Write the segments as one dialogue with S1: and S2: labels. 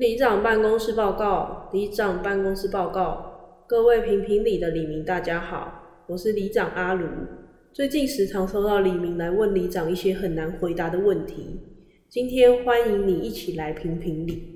S1: 里长办公室报告，里长办公室报告。各位评评里的里民大家好，我是里长阿卢。最近时常收到里民来问里长一些很难回答的问题，今天欢迎你一起来评评理。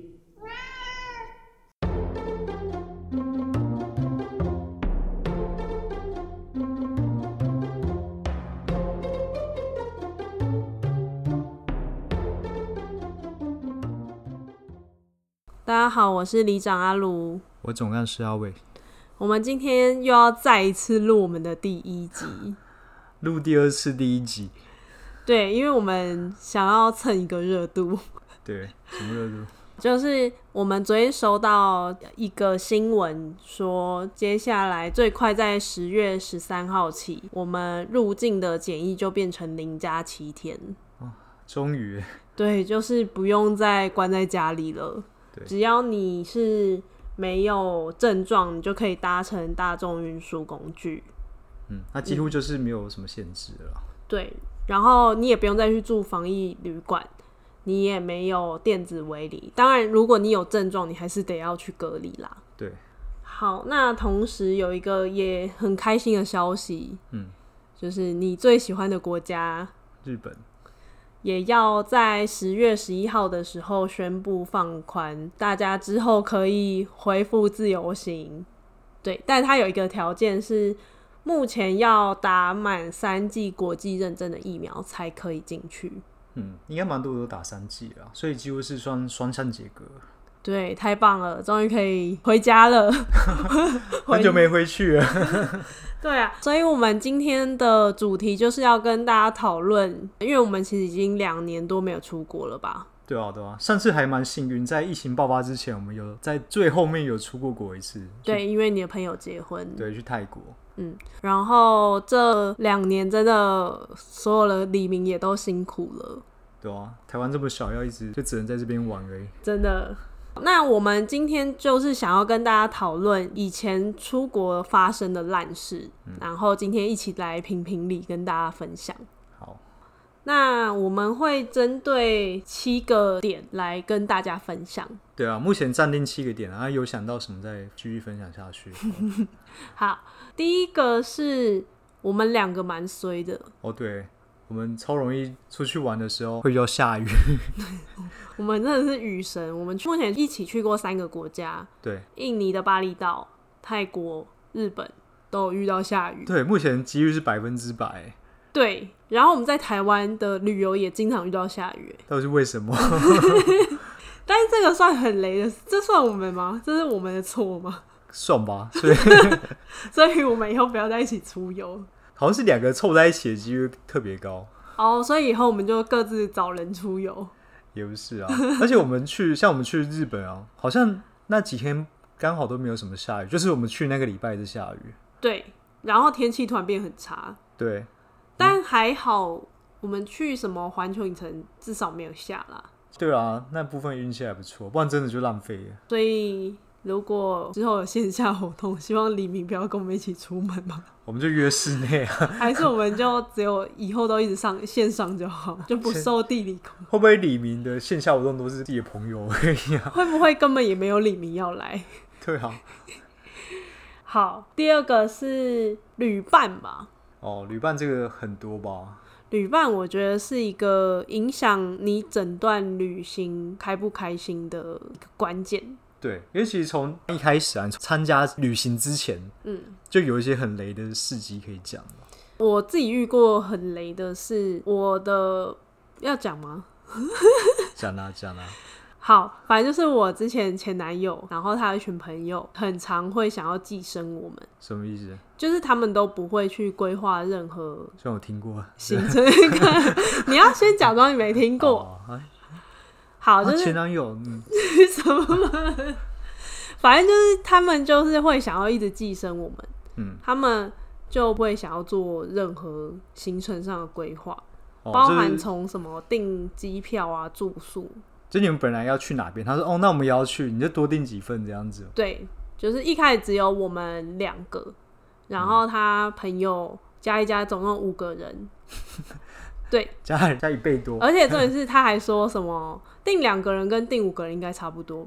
S1: 大家好，我是里长阿卢，
S2: 我总干事阿伟。
S1: 我们今天又要再一次录我们的第一集，
S2: 录第二次第一集。
S1: 对，因为我们想要蹭一个热度。
S2: 对，什么热度？
S1: 就是我们昨天收到一个新闻说，接下来最快在10月13号起，我们入境的检疫就变成0+7天。
S2: 终于。
S1: 对，就是不用再关在家里了。只要你是没有症状，你就可以搭乘大众运输工具。
S2: 那几乎就是没有什么限制了。
S1: 对，然后你也不用再去住防疫旅馆，你也没有电子围篱。当然，如果你有症状，你还是得要去隔离啦。
S2: 对。
S1: 好，那同时有一个也很开心的消息，就是你最喜欢的国家
S2: 日本。
S1: 也要在10月11号的时候宣布放宽，大家之后可以恢复自由行。对，但它有一个条件是，目前要打满3剂国际认证的疫苗才可以进去。
S2: 应该蛮多都打3剂了，所以几乎是双向结合。
S1: 对，太棒了，终于可以回家了。
S2: 很久没回去了。
S1: 对啊，所以我们今天的主题就是要跟大家讨论，因为我们其实已经2年多没有出国了吧。
S2: 对啊，上次还蛮幸运，在疫情爆发之前，我们有在最后面有出过国一次。
S1: 对，因为你的朋友结婚。
S2: 对，去泰国。
S1: 然后这2年真的所有的里民也都辛苦了。
S2: 对啊，台湾这么小，要一直就只能在这边玩而已。
S1: 真的。那我们今天就是想要跟大家讨论以前出国发生的烂事，然后今天一起来评评理，跟大家分享。
S2: 好，
S1: 那我们会针对7个点来跟大家分享。
S2: 对啊，目前暂定7个点，然后有想到什么再继续分享下去。
S1: 好，第一个是我们2个蛮衰的。
S2: 对，我们超容易出去玩的时候会遇到下雨。
S1: 我们真的是雨神。我们目前一起去过3个国家，
S2: 对，
S1: 印尼的巴厘岛、泰国、日本都有遇到下雨。
S2: 对，目前几率是100%。
S1: 对，然后我们在台湾的旅游也经常遇到下雨。
S2: 到底是为什么？
S1: 但是这个算很雷的，这算我们吗？这是我们的错吗？
S2: 算吧，
S1: 所以我们以后不要在一起出游。
S2: 好像是2个凑在一起的几率特别高。
S1: 所以以后我们就各自找人出游。
S2: 也不是啊，而且我们去日本啊，好像那几天刚好都没有什么下雨，就是我们去那个礼拜是下雨。
S1: 对，然后天气突然变很差。
S2: 对，
S1: 但还好我们去什么环球影城至少没有下啦。
S2: 对啊，那部分运气还不错，不然真的就浪费了。
S1: 所以如果之后有线下活动，希望里民不要跟我们一起出门嘛。
S2: 我们就约室内啊。
S1: 还是我们就只有以后都一直线上就好，就不受地理控制。
S2: 会不会里民的线下活动都是自己的朋友而已啊？
S1: 会不会根本也没有里民要来？
S2: 对啊。
S1: 好，第二个是旅伴吧。
S2: 旅伴这个很多吧。
S1: 旅伴我觉得是一个影响你整段旅行开不开心的一个关键。
S2: 对，因为其实从一开始参加旅行之前，就有一些很雷的事迹可以讲。
S1: 我自己遇过很雷的是我的，要讲吗？
S2: 讲啊。
S1: 好，反正就是我之前前男友，然后他有一群朋友，很常会想要寄生我们。
S2: 什么意思？
S1: 就是他们都不会去规划任何
S2: 虽然我听过
S1: 行程。你要先假装你没听过。好，就是
S2: 前男友
S1: 什么？反正就是他们就是会想要一直寄生我们。他们就不会想要做任何行程上的规划，包含从什么订机票啊、住宿。
S2: 就你们本来要去哪边，他说那我们也要去，你就多订几份这样子。
S1: 对，就是一开始只有我们2个，然后他朋友加一加总共5个人。对，
S2: 加1倍多。
S1: 而且重点是他还说什么订2个人跟订5个人应该差不多吧。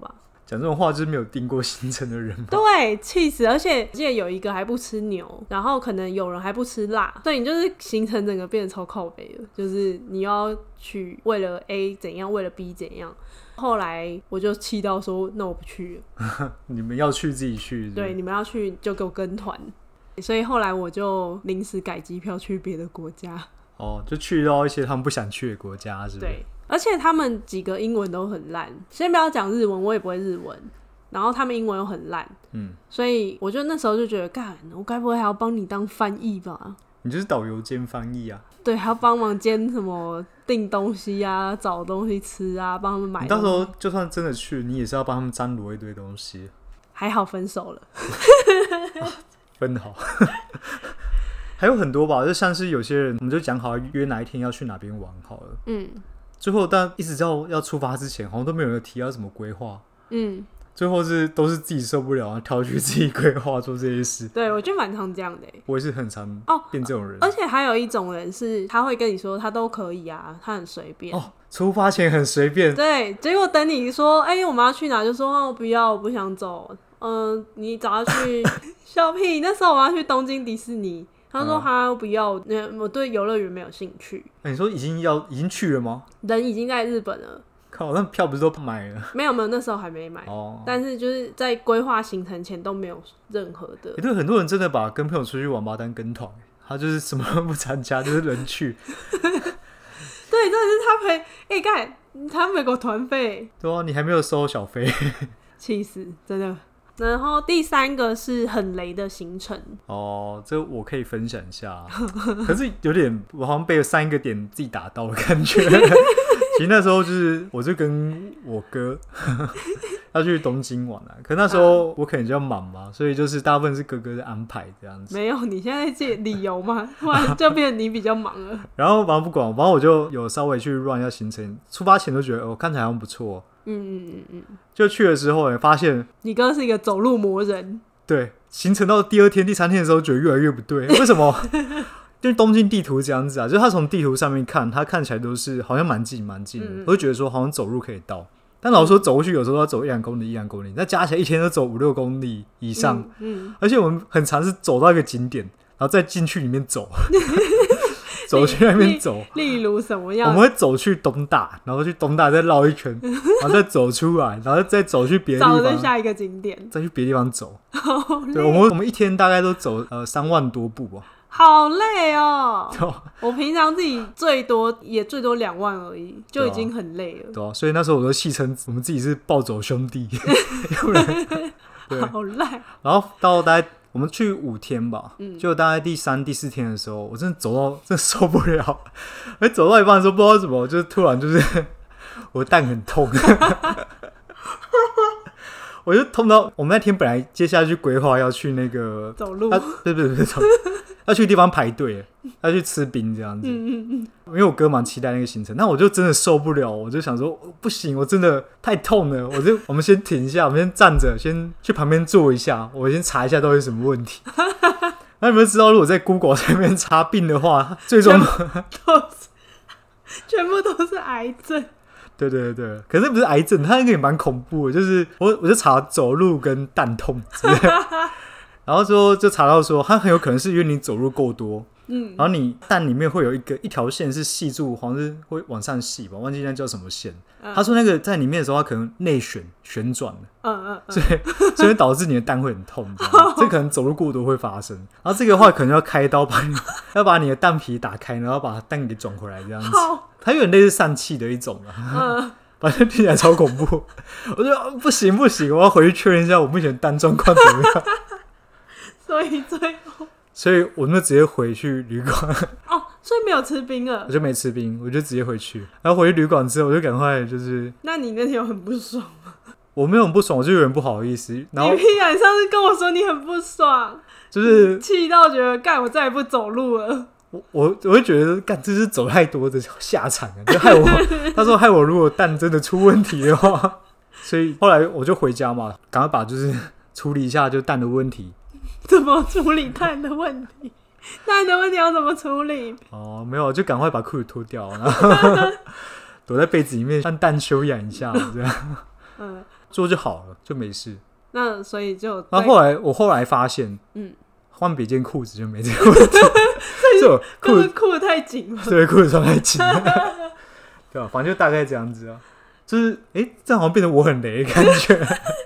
S2: 讲这种话就是没有定过行程的人嘛。
S1: 对，气死！而且记得有一个还不吃牛，然后可能有人还不吃辣，所以你就是行程整个变得超靠北的，就是你要去为了 A 怎样，为了 B 怎样。后来我就气到说，那我不去了。
S2: 你们要去自己去是不是？
S1: 对，你们要去就给我跟团。所以后来我就临时改机票去别的国家。
S2: 哦，就去到一些他们不想去的国家，是不是？
S1: 对，而且他们几个英文都很烂，先不要讲日文，我也不会日文，然后他们英文又很烂，所以我就那时候就觉得，干，我该不会还要帮你当翻译吧？
S2: 你就是导游兼翻译啊。
S1: 对，还要帮忙兼什么订东西啊、找东西吃啊、帮他们买东西。
S2: 你到时候就算真的去，你也是要帮他们张罗一堆东西。
S1: 还好分手了。
S2: 分好。还有很多吧，就像是有些人，我们就讲好约哪一天要去哪边玩好了。最后但一直到要出发之前，好像都没有人提到什么规划。最后都是自己受不了，跳去自己规划做这些事。
S1: 对，我觉得蛮常这样的。
S2: 我也是很常变这种人。
S1: 而且还有一种人是，他会跟你说他都可以啊，他很随便。
S2: 出发前很随便。
S1: 对，结果等你说，我们要去哪，就说我不要，我不想走。你找他去小屁，那时候我要去东京迪士尼。他说他不要，我对游乐园没有兴趣。
S2: 你说已经去了吗？
S1: 人已经在日本了。
S2: 靠，那票不是都买了？
S1: 没有，那时候还没买。但是就是在规划行程前都没有任何的。
S2: 对，很多人真的把跟朋友出去玩吧当跟团，他就是什么都不参加，就是人去。
S1: 对，真的是他赔干他没给我团费。
S2: 对啊，你还没有收小费。
S1: 气死，真的。然后第三个是很雷的行程。
S2: 这我可以分享一下。可是有点我好像被3个点自己打到的感觉。其实那时候我就跟我哥要去东京玩可那时候我可能比较忙嘛，所以就是大部分是哥哥的安排这样子。
S1: 没有，你现在在借理由吗？突然就变成你比较忙了。
S2: 然后反正不管，反正我就有稍微去 run 一下行程，出发前都觉得看起来好像不错。就去的时候发现
S1: 你哥是一个走路魔人。
S2: 对，行程到第2天第3天的时候觉得越来越不对。为什么？因为东京地图这样子就是他从地图上面看，他看起来都是好像蛮近的，我就觉得说好像走路可以到。但老实说走过去有时候要走1-2公里那加起来一天都走5-6公里以上。而且我们很常是走到一个景点然后再进去里面走。走去那边走，
S1: 例如什么样？
S2: 我们会走去东大，然后去东大再绕一圈，然后再走出来，然后再走去别的地方，
S1: 找下一个景点，
S2: 再去别的地方走。对，我们一天大概都走3万多步啊，
S1: 好累哦。我平常自己最多2万而已，就已经很累了。
S2: 对啊，所以那时候我都戏称我们自己是暴走兄弟。
S1: 好烂。
S2: 然后到大概我们去5天吧，就大概第3、第4天的时候，我真的走到真的受不了，走到一半的时候不知道为什么，就是突然我的蛋很痛。我就痛到我们那天本来接下去规划要去那个
S1: 走路，
S2: 不是要去地方排队，要去吃冰这样子。因为我哥蛮期待那个行程，那我就真的受不了，我就想说不行，我真的太痛了，我们先停一下，我们先站着，先去旁边坐一下，我先查一下到底是什么问题。那你们知道，如果在 Google 上面查病的话，最终
S1: 全部都是癌症。
S2: 对，可是不是癌症，它那个也蛮恐怖的，就是我就查走路跟蛋痛之类的。然后之后就查到说，它很有可能是因为你走路够多，然后你蛋里面会有一条线是系住，好像是会往上系吧，忘记那叫什么线。他说那个在里面的时候，它可能内旋转了，所以导致你的蛋会很痛，这可能走路过多会发生。然后这个的话可能要开刀要把你的蛋皮打开，然后把蛋给转回来这样子。它有点类似疝气的一种反正听起来超恐怖。我就说不行，我要回去确认一下我目前蛋状况怎么样。所以我们就直接回去旅馆。
S1: 所以没有吃冰了。
S2: 我就没吃冰，我就直接回去。然后回去旅馆之后，我就赶快
S1: 那你那天有很不爽吗？
S2: 我没有很不爽，我就有点不好意思。然后
S1: 你屁啊！你上次跟我说你很不爽，
S2: 就是
S1: 气到觉得干，我再也不走路了。
S2: 我会觉得干，这是走太多的下场就害我。他说害我，如果蛋真的出问题的话，所以后来我就回家嘛，赶快把处理一下就蛋的问题。
S1: 怎么处理蛋的问题？蛋的问题要怎么处理？
S2: 没有，就赶快把裤子脱掉，然后躲在被子里面让蛋休养一下，这样。 做就好了，就没事。
S1: 那所以就
S2: 然后我后来发现，换别件裤子就没这个问题，
S1: 所以裤子太紧了，
S2: 对，裤子穿太紧了，对吧？反正就大概这样子啊，就是这样好像变成我很雷的感觉。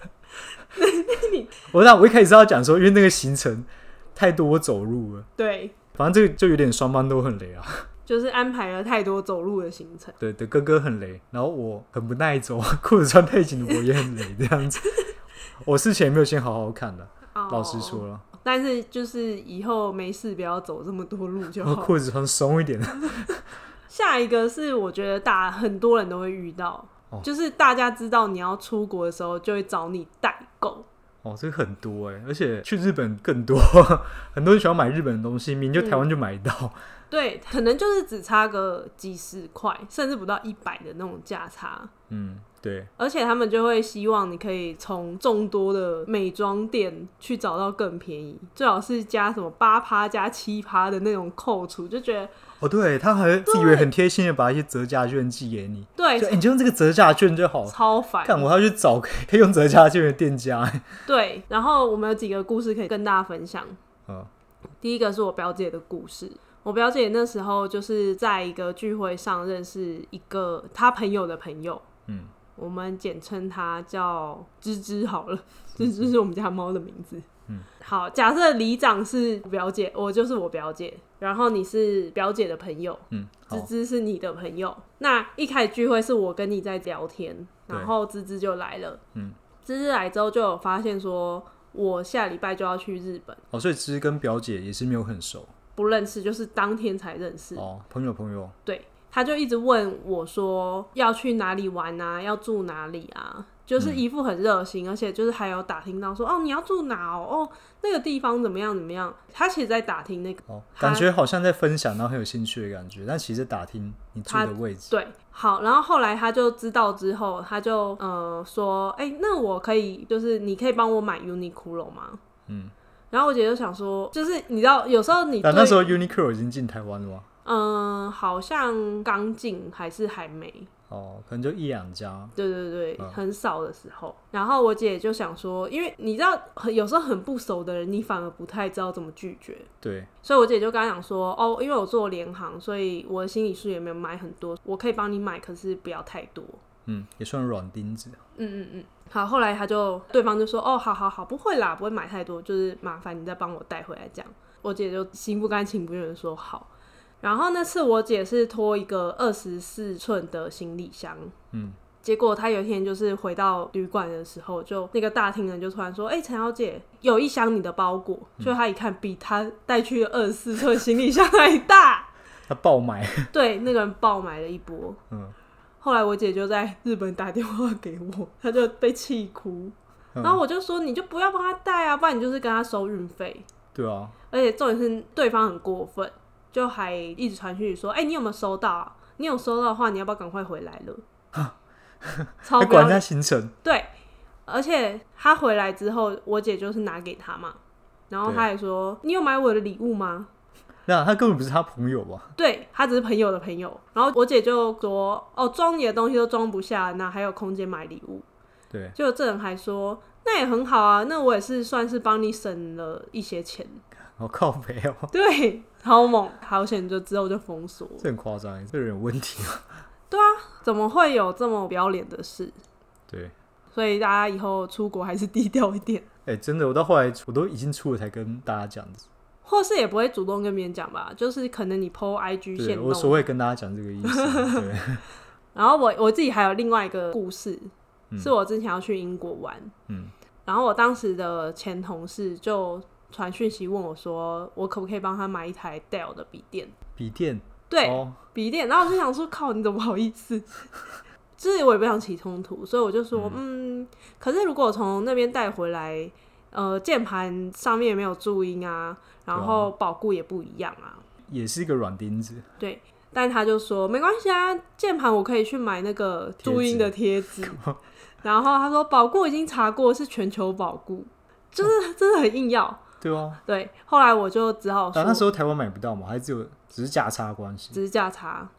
S2: 我一开始是要讲说，因为那个行程太多走路了，
S1: 对，
S2: 反正这个就有点双方都很雷啊。
S1: 就是安排了太多走路的行程。
S2: 对，哥哥很雷，然后我很不耐走，裤子穿太紧的我也很雷，这样子。我事前没有先好好看的，老实说了。
S1: 但是就是以后没事不要走这么多路就好。
S2: 裤子穿松一点。
S1: 下一个是我觉得很多人都会遇到，就是大家知道你要出国的时候，就会找你代购。
S2: 这个很多而且去日本更多，很多人喜欢买日本的东西，明明就台湾就买到。
S1: 对，可能就是只差个几十块，甚至不到100的那种价差。
S2: 对。
S1: 而且他们就会希望你可以从众多的美妆店去找到更便宜，最好是加什么8%加7%的那种扣除，就觉得
S2: 对，他还自以为很贴心的把一些折价券寄给你。
S1: 对，
S2: 你就用这个折价券就好。
S1: 超烦。
S2: 看我要去找可以用折价券的店家。
S1: 对，然后我们有几个故事可以跟大家分享。第一个是我表姐的故事。我表姐那时候就是在一个聚会上认识一个她朋友的朋友，我们简称她叫芝芝好了，芝芝是我们家猫的名字。好，假设里长是表姐，我就是我表姐，然后你是表姐的朋友，芝芝是你的朋友。那一开始聚会是我跟你在聊天，然后芝芝就来了。芝芝来之后就有发现说，我下礼拜就要去日本。
S2: 所以芝跟表姐也是没有很熟。
S1: 不认识，就是当天才认识。
S2: 朋友。
S1: 对，他就一直问我说要去哪里玩啊，要住哪里啊，就是一副很热心，而且就是还有打听到说你要住哪那个地方怎么样怎么样。他其实在打听那个
S2: 感觉好像在分享，然后很有兴趣的感觉，但其实打听你住的位置。
S1: 对，好，然后后来他就知道之后，他就说那我可以，就是你可以帮我买 Uniqlo 吗？然后我姐就想说，就是你知道，有时候
S2: 那时候 Uniqlo 已经进台湾了吗？
S1: 好像刚进还是还没。
S2: 可能就1-2家。
S1: 对，很少的时候。然后我姐就想说，因为你知道，有时候很不熟的人，你反而不太知道怎么拒绝。
S2: 对。
S1: 所以我姐就跟她讲说，因为我做联行，所以我的行李书也没有买很多，我可以帮你买，可是不要太多。
S2: 也算软钉子。
S1: 好，后来对方就说好，不会啦，不会买太多，就是麻烦你再帮我带回来这样。我姐就心不甘情不愿的说好。然后那次我姐是拖一个24寸的行李箱，结果她有一天就是回到旅馆的时候，就那个大厅人就突然说陈小姐有一箱你的包裹，就她一看比她带去的24寸行李箱还大，
S2: 她爆买。
S1: 对，那个人爆买了一波。后来我姐就在日本打电话给我，她就被气哭，然后我就说你就不要帮她带啊，不然你就是跟她收运费。
S2: 对啊，
S1: 而且重点是对方很过分，就还一直传讯息说你有没有收到啊？你有收到的话你要不要赶快回来了？超
S2: 还管人家行程。
S1: 对，而且他回来之后我姐就是拿给他嘛，然后他还说你有买我的礼物吗？
S2: 那他根本不是他朋友吧？
S1: 对，他只是朋友的朋友。然后我姐就说装你的东西都装不下，哪还有空间买礼物？
S2: 对，
S1: 结果这人还说那也很好啊，那我也是算是帮你省了一些钱。
S2: 好靠北
S1: 对，超猛。好险就之后就封锁。
S2: 这很夸张，这人有问题啊。
S1: 对啊，怎么会有这么不要脸的事？
S2: 对，
S1: 所以大家以后出国还是低调一点。
S2: 真的，我到后来我都已经出了才跟大家讲，
S1: 或是也不会主动跟别人讲吧，就是可能你 po IG 限动，
S2: 我所谓跟大家讲这个意思。对。
S1: 然后我自己还有另外一个故事，是我之前要去英国玩，然后我当时的前同事就传讯息问我说，我可不可以帮他买一台 Dell 的笔电？
S2: 笔电？
S1: 对，笔电。然后我就想说，靠，你怎么好意思？就是我也不想起冲突，所以我就说，可是如果从那边带回来，键盘上面也没有注音啊，然后保固也不一样啊，
S2: 也是一个软钉子。
S1: 对，但他就说没关系啊，键盘我可以去买那个注音的贴纸。然后他说保固已经查过是全球保固，就是真的很硬要。
S2: 对啊，
S1: 对。后来我就只好说，
S2: 那时候台湾买不到嘛，还只是价差关系，
S1: 只是价差。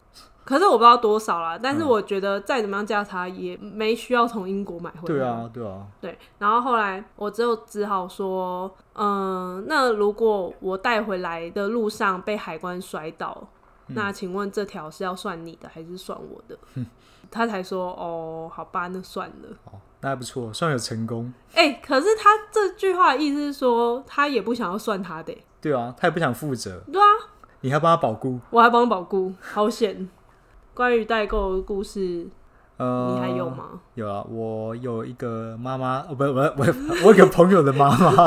S1: 可是我不知道多少啦，但是我觉得再怎么样价差也没需要从英国买回来。
S2: 对啊，对啊，
S1: 对。然后后来我只好说，那如果我带回来的路上被海关摔倒，那请问这条是要算你的还是算我的？他才说哦，好吧，那算了。
S2: 哦，那还不错，算有成功。
S1: 可是他这句话的意思是说，他也不想要算他的。
S2: 对啊，他也不想负责。
S1: 对啊，
S2: 你还帮他保固，
S1: 我还帮他保固，好险。关于代购的故事，你还有吗？
S2: 有啊，我有一个妈妈，我有一个朋友的妈妈，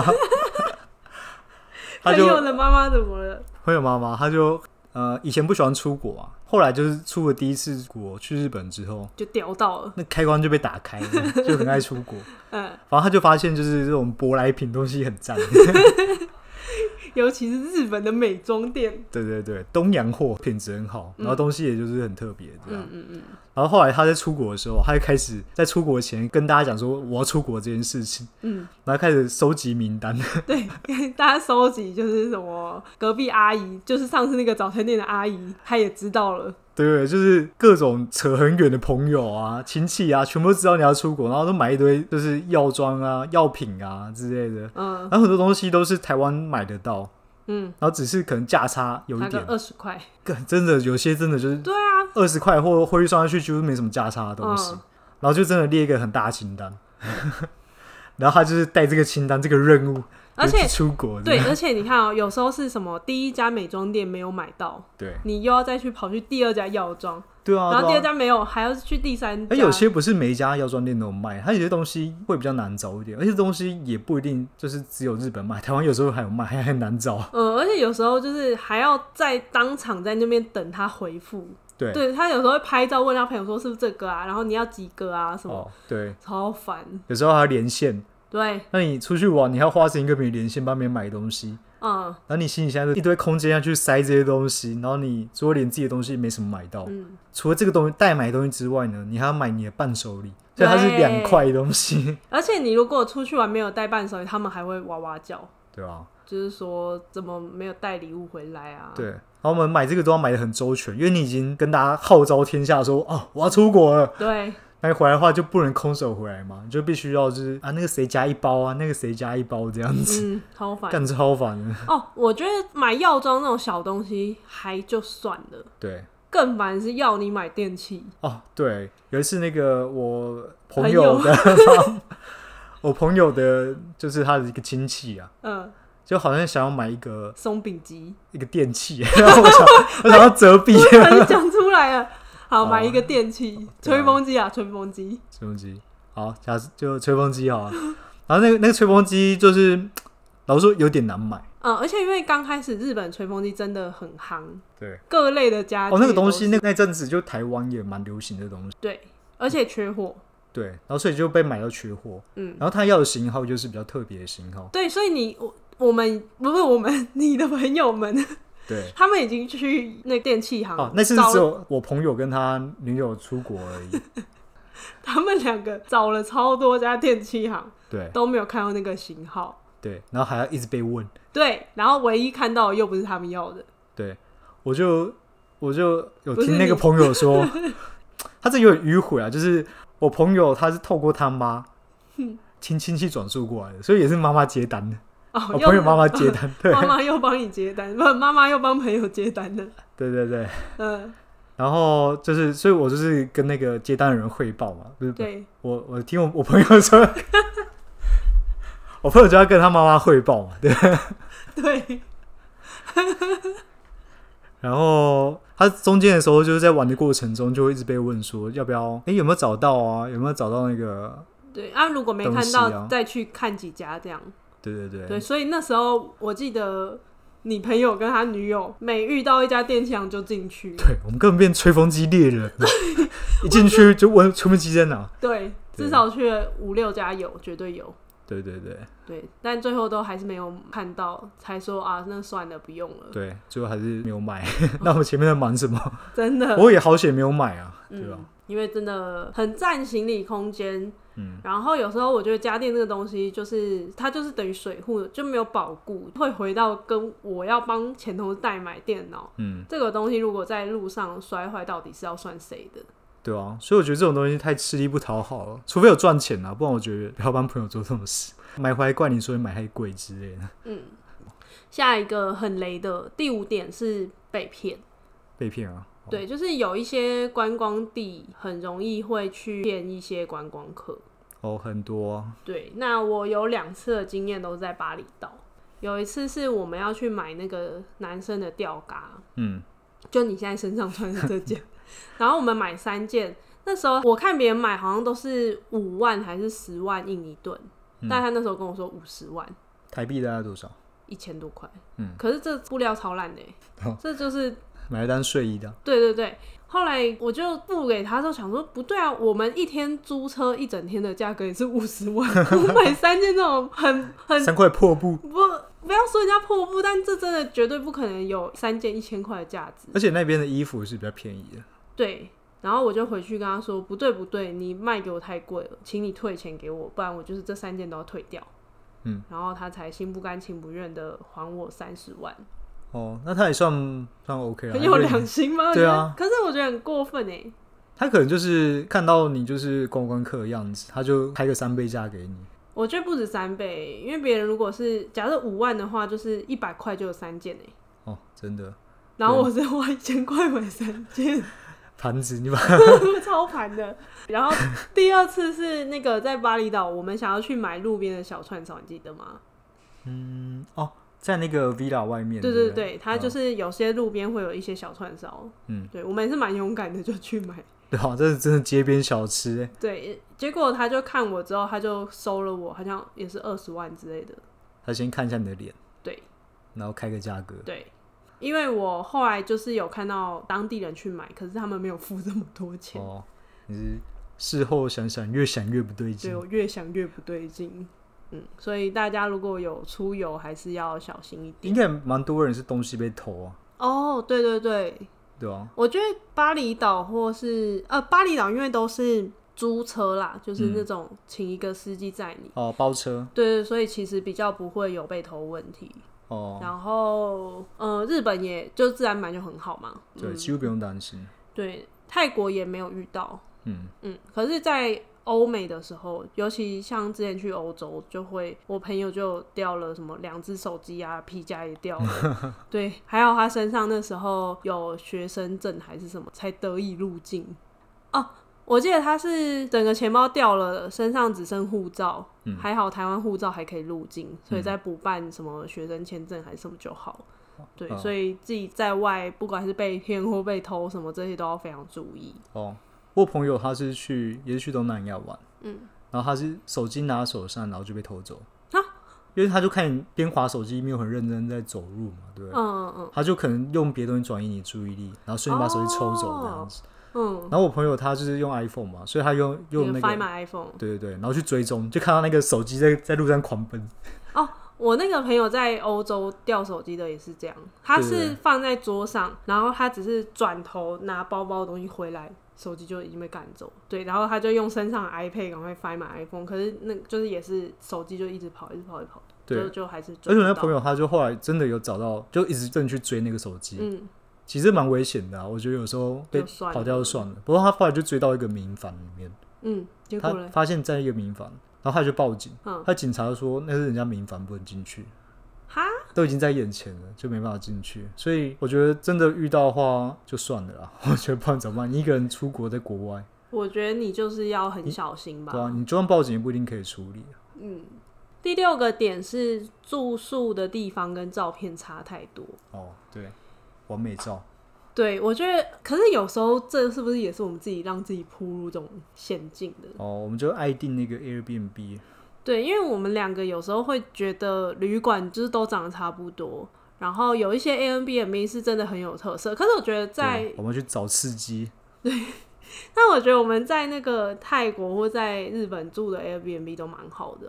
S1: 朋友的妈妈怎么了？
S2: 朋友妈妈，她就以前不喜欢出国啊，后来就是出了第一次国去日本之后，
S1: 就屌到了，
S2: 那开关就被打开了，就很爱出国。
S1: 反
S2: 正她就发现就是这种舶来品东西很赞。
S1: 尤其是日本的美妆店，
S2: 对对对，东洋货品质很好，然后东西也就是很特别这样。然后后来他在出国的时候，他就开始在出国前跟大家讲说我要出国这件事情，然后开始收集名单。
S1: 对，大家收集就是什么隔壁阿姨，就是上次那个早餐店的阿姨，她也知道了。
S2: 对，就是各种扯很远的朋友啊、亲戚啊，全部都知道你要出国，然后都买一堆就是药妆啊、药品啊之类的。然后很多东西都是台湾买得到，然后只是可能价差有一点
S1: ，20块，
S2: 真的有些真的就是
S1: 对啊
S2: ，20块或汇率算上去几乎没什么价差的东西，然后就真的列一个很大的清单，然后他就是带这个清单这个任务。而且出国
S1: 对，而且你看哦，有时候是什么第一家美妆店没有买到，
S2: 对，
S1: 你又要再去跑去第二家药妆，
S2: 对啊，
S1: 然后第二家没有，还要去第三家。
S2: 有些不是每一家药妆店都有卖，它有些东西会比较难找一点，而且东西也不一定就是只有日本卖，台湾有时候还有卖，还很难找。
S1: 而且有时候就是还要在当场在那边等他回复。
S2: 对，
S1: 他有时候会拍照问他朋友说是不是这个啊，然后你要几个啊什么，
S2: 对，
S1: 超烦。
S2: 有时候还要连线。
S1: 对，
S2: 那你出去玩，你还要花时间跟别人连线，帮别人买东西。然后你行李箱一堆空间要去塞这些东西，然后你除了连自己的东西没什么买到，除了这个东西代买的东西之外呢，你还要买你的伴手礼，所以它是2块的东西。
S1: 而且你如果出去玩没有带伴手礼，他们还会哇哇叫，
S2: 对啊，
S1: 就是说怎么没有带礼物回来啊？
S2: 对，然后我们买这个都要买得很周全，因为你已经跟大家号召天下说我要出国了。
S1: 对。
S2: 那回来的话就不能空手回来嘛，你就必须要就是那个谁加1包啊，那个谁加1包这样子，
S1: 超烦，
S2: 干超烦的。
S1: 我觉得买药妆那种小东西还就算了，
S2: 对，
S1: 更烦是要你买电器。
S2: 对，有一次那个我朋友的我朋友的就是他的一个亲戚啊，就好像想要买一个
S1: 松饼机，一
S2: 个电器，然后我想要折臂，
S1: 你讲出来了。好，买一个电器，吹风机啊，吹风机，
S2: 好，假设就吹风机好了。然后那个吹风机就是老实说有点难买，
S1: 而且因为刚开始日本吹风机真的很夯，
S2: 对，
S1: 各类的家具
S2: 那个东西那阵子就台湾也蛮流行的东西，
S1: 对，而且缺货，
S2: 对，然后所以就被买到缺货，然后他要的型号就是比较特别的型号，
S1: 对，所以你的朋友们。
S2: 对，
S1: 他们已经去那电器行
S2: 那次只有我朋友跟他女友出国而已。
S1: 他们2个找了超多家電器行，
S2: 对，
S1: 都没有看到那个型号，
S2: 对，然后还要一直被问，
S1: 对，然后唯一看到的又不是他们要的，
S2: 对，我就有听那个朋友说，他这有点迂回啊，就是我朋友他是透过他妈亲戚转述过来的，所以也是妈妈接单的。我朋友妈妈接单，对，
S1: 妈妈又帮你接单，不，妈妈又帮朋友接单的，
S2: 对对对，然后就是，所以我就是跟那个接单的人汇报嘛，不是？
S1: 对，
S2: 我听我朋友说，我朋友就要跟他妈妈汇报嘛，对，
S1: 对。
S2: 然后他中间的时候，就是在玩的过程中，就会一直被问说要不要，有没有找到啊？有没有找到那个？
S1: 对啊，如果没看到，再去看几家这样。对对对，对，所以那时候我记得。你朋友跟他女友每遇到一家电器行就进去，
S2: 对，我们根本变吹风机猎人，一进去就问吹风机在哪。
S1: 对，至少去了5-6家有，绝对有。
S2: 对对对
S1: 对，但最后都还是没有看到，才说啊，那算了，不用了。
S2: 对，最后还是没有买。那我们前面在忙什么？
S1: 真的，
S2: 我也好险没有买啊，对吧？
S1: 因为真的很占行李空间。然后有时候我觉得家电这个东西，就是它就是等于水户，就没有保固，会回到跟我要帮前头代买电脑，这个东西如果在路上摔坏，到底是要算谁的？
S2: 对啊，所以我觉得这种东西太吃力不讨好了，除非有赚钱啊，不然我觉得不要帮朋友做这种事，买回来怪你说你买太贵之类的。
S1: 下一个很雷的第5点是被骗。
S2: 被骗啊？
S1: 对，就是有一些观光地很容易会去骗一些观光客。
S2: 很多啊。
S1: 对，那我有2次的经验都是在巴厘岛。有一次是我们要去买那个男生的吊嘎，就你现在身上穿的这件，然后我们买3件。那时候我看别人买好像都是5万还是10万印一顿，但他那时候跟我说50万
S2: 台币大概多少
S1: ？1000多块。可是这布料超烂的这就是
S2: 买了单睡衣的。
S1: 对对对，后来我就付给他之后想说，不对啊，我们一天租车1整天的价格也是50万，我买3件这种很
S2: 3块破布，
S1: 不要说人家破布，但这真的绝对不可能有3件1000块的价值。
S2: 而且那边的衣服是比较便宜的。
S1: 对，然后我就回去跟他说，不对，你卖给我太贵了，请你退钱给我，不然我就是这3件都要退掉。然后他才心不甘情不愿的还我30万。
S2: 那他也算 OK 了，
S1: 很有良心吗？
S2: 对啊，
S1: 可是我觉得很过分
S2: 他可能就是看到你就是观光客的样子，他就开个3倍价给你。
S1: 我觉得不止3倍，因为别人如果是假设5万的话，就是100块就有3件
S2: 真的。
S1: 然后我是花1000块买3件。
S2: 盘子你把
S1: 超盘的。然后第2次是那个在巴厘岛，我们想要去买路边的小串烧，你记得吗？
S2: 在那个 villa 外面。
S1: 对对对，它就是有些路边会有一些小串烧。对，我们也是蛮勇敢的，就去买。
S2: 对啊，这是真的街边小吃
S1: 对，结果他就看我之后，他就收了我，好像也是20万之类的。
S2: 他先看一下你的脸，
S1: 对，
S2: 然后开个价格。
S1: 对，因为我后来就是有看到当地人去买，可是他们没有付这么多钱。
S2: 你是事后想想越想越不对劲。
S1: 对，我越想越不对劲。所以大家如果有出游，还是要小心一点。
S2: 应该蛮多人是东西被偷啊。
S1: 对对对，
S2: 对啊。
S1: 我觉得巴厘岛或是巴厘岛，因为都是租车啦，就是那种请一个司机载你。
S2: 包车。
S1: 对，所以其实比较不会有被偷问题。然后日本也就自然版就很好嘛。
S2: 对，几乎不用担心。
S1: 对，泰国也没有遇到。可是在欧美的时候，尤其像之前去欧洲，就会我朋友就掉了什么2只手机啊，皮夹也掉了。对，还有他身上那时候有学生证还是什么，才得以入境。我记得他是整个钱包掉了，身上只剩护照，还好台湾护照还可以入境，所以再补办什么学生签证还是什么就好。对，所以自己在外不管是被骗或被偷什么，这些都要非常注意。
S2: 我朋友他是也是去东南亚玩，然后他是手机拿手上，然后就被偷走因为他就看你边滑手机没有很认真在走路嘛，对不对？他就可能用别的东西转移你注意力，然后顺便把手机抽走这样子。然后我朋友他就是用 iPhone 嘛，所以他用那个
S1: Find My iPhone，
S2: 对对对，然后去追踪，就看到那个手机在路上狂奔。
S1: 我那个朋友在欧洲掉手机的也是这样，他是放在桌上，然后他只是转头拿包包的东西回来，手机就已经被赶走。对，然后他就用身上的 iPad 赶快 Find My iPhone， 可是那就是也是手机就一直跑，对，就还是追不到。
S2: 而且我那朋友他就后来真的有找到，就一直正去追那个手机。其实蛮危险的我觉得有时候被跑掉就算了，不过他后来就追到一个民房里面，
S1: 结果
S2: 他发现在一个民房，然后他就报警，他警察就说那是人家民房不能进去，都已经在眼前了，就没办法进去。所以我觉得真的遇到的话就算了啦，我觉得不然怎么办？你一个人出国在国外，
S1: 我觉得你就是要很小心吧。
S2: 对啊，你就算报警也不一定可以处理。
S1: 第6个点是住宿的地方跟照片差太多。
S2: 对，完美照。
S1: 对，我觉得，可是有时候这是不是也是我们自己让自己铺入这种陷阱的？
S2: 我们就爱订那个 Airbnb。
S1: 对，因为我们2个有时候会觉得旅馆就是都长得差不多，然后有一些 Airbnb 是真的很有特色，可是我觉得
S2: 我们去找刺激。
S1: 对，但我觉得我们在那个泰国或在日本住的 Airbnb 都蛮好的啊。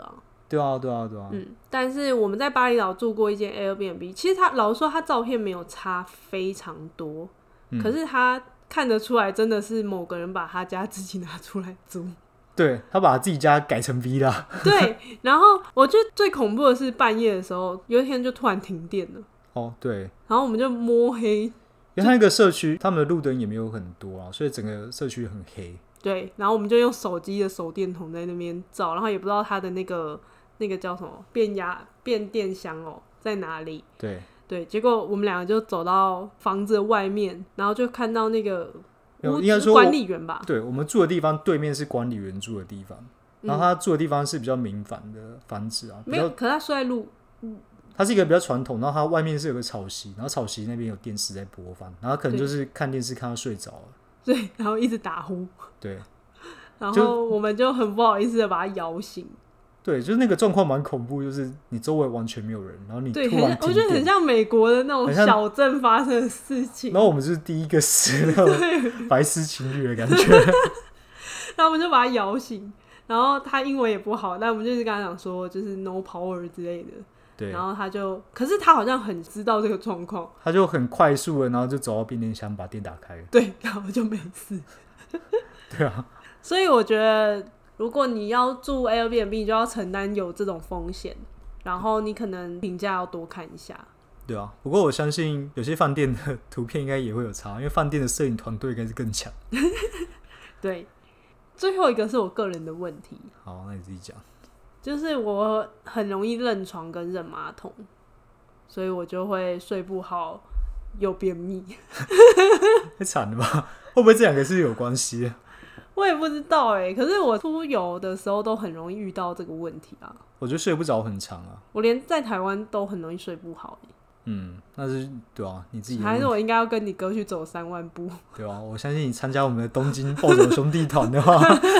S2: 对啊，对啊，对啊。
S1: 但是我们在巴厘岛住过一间 Airbnb， 其实他老实说，他照片没有差非常多，可是他看得出来，真的是某个人把他家自己拿出来租。
S2: 对，他把自己家改成 villa。
S1: 对，然后我觉得最恐怖的是半夜的时候，有一天就突然停电了。
S2: 哦，对。
S1: 然后我们就摸黑，因
S2: 为他那个社区，他们的路灯也没有很多啊，所以整个社区很黑。
S1: 对，然后我们就用手机的手电筒在那边照，然后也不知道他的那个叫什么变电箱在哪里。对，结果我们两个就走到房子的外面，然后就看到那个
S2: 应该说
S1: 管理员吧。
S2: 对，我们住的地方对面是管理员住的地方，然后他住的地方是比较民房的房子啊，
S1: 没有，可是他睡在路。
S2: 它是一个比较传统，然后它外面是有个草席，然后草席那边有电视在播放，然后可能就是看电视看到睡着了，
S1: 对，然后一直打呼，
S2: 对，
S1: 然后我们就很不好意思的把他摇醒。
S2: 对，就是那个状况蛮恐怖，就是你周围完全没有人，然后你突然停电，
S1: 我觉得很像美国的那种小镇发生的事情。
S2: 然后我们就是第一个死那种白丝情侣的感觉，
S1: 然后我们就把他摇醒，然后他英文也不好，但我们就是跟他讲说就是 no power 之类的。
S2: 对，
S1: 然后可是他好像很知道这个状况，
S2: 他就很快速的，然后就走到变电箱把电打开了。
S1: 对，然后就没事。
S2: 对啊，
S1: 所以我觉得如果你要住 Airbnb， 你就要承担有这种风险，然后你可能评价要多看一下。
S2: 对啊，不过我相信有些饭店的图片应该也会有差，因为饭店的摄影团队应该是更强。
S1: 对，最后一个是我个人的问题。
S2: 好，那你自己讲。就是
S1: 我很容易认床跟认马桶，所以我就会睡不好又便秘。
S2: 太惨了吧？会不会这两个是有关系？
S1: 我也不知道可是我出游的时候都很容易遇到这个问题啊。
S2: 我觉得睡不着很长啊，
S1: 我连在台湾都很容易睡不好
S2: 那是对啊，你自己
S1: 还是我应该要跟你哥去走3万步？
S2: 对啊，我相信你参加我们的东京暴走兄弟团的话。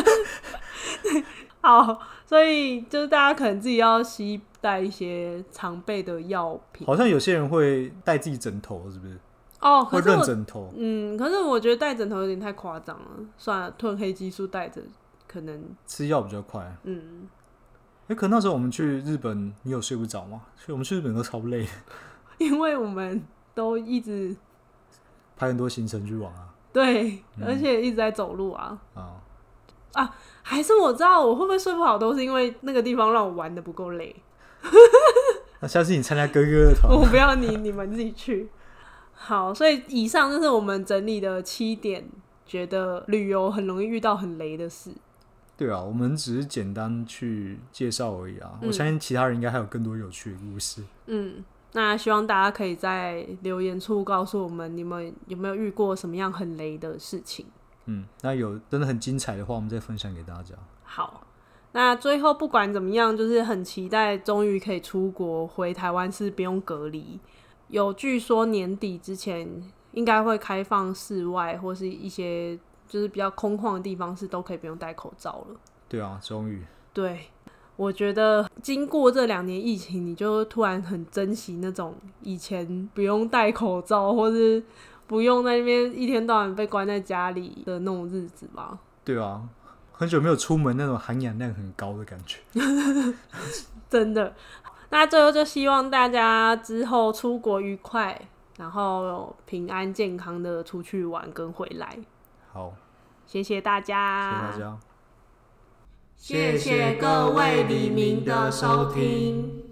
S1: 好，所以就是大家可能自己要携带一些常备的药品。
S2: 好像有些人会带自己枕头，是不是？
S1: 可是
S2: 会认枕头。
S1: 可是我觉得带枕头有点太夸张了，算了，褪黑激素带着可能
S2: 吃药比较快。可那时候我们去日本，你有睡不着吗？所以我们去日本都超累，
S1: 因为我们都一直
S2: 排很多行程去玩啊。
S1: 对，而且一直在走路啊。还是我知道我会不会睡不好，都是因为那个地方让我玩的不够累。
S2: 那下次你参加哥哥的团，
S1: 我不要你们自己去。好，所以以上就是我们整理的7点，觉得旅游很容易遇到很雷的事。
S2: 对啊，我们只是简单去介绍而已啊。我相信其他人应该还有更多有趣的故事。
S1: 那希望大家可以在留言处告诉我们，你们有没有遇过什么样很雷的事情。
S2: 那有真的很精彩的话，我们再分享给大家。
S1: 好，那最后不管怎么样，就是很期待终于可以出国回台湾，是不用隔离。有据说年底之前应该会开放室外或是一些就是比较空旷的地方是都可以不用戴口罩了。
S2: 对啊，终于。对，
S1: 我觉得经过这2年疫情，你就突然很珍惜那种以前不用戴口罩或是不用在那边一天到晚被关在家里的那种日子吧。对啊，很久没有出门那种含氧量很高的感觉。真的。那最后就希望大家之后出国愉快，然后平安健康的出去玩跟回来。好，谢谢大家，谢谢大家，谢谢各位黎明的收听。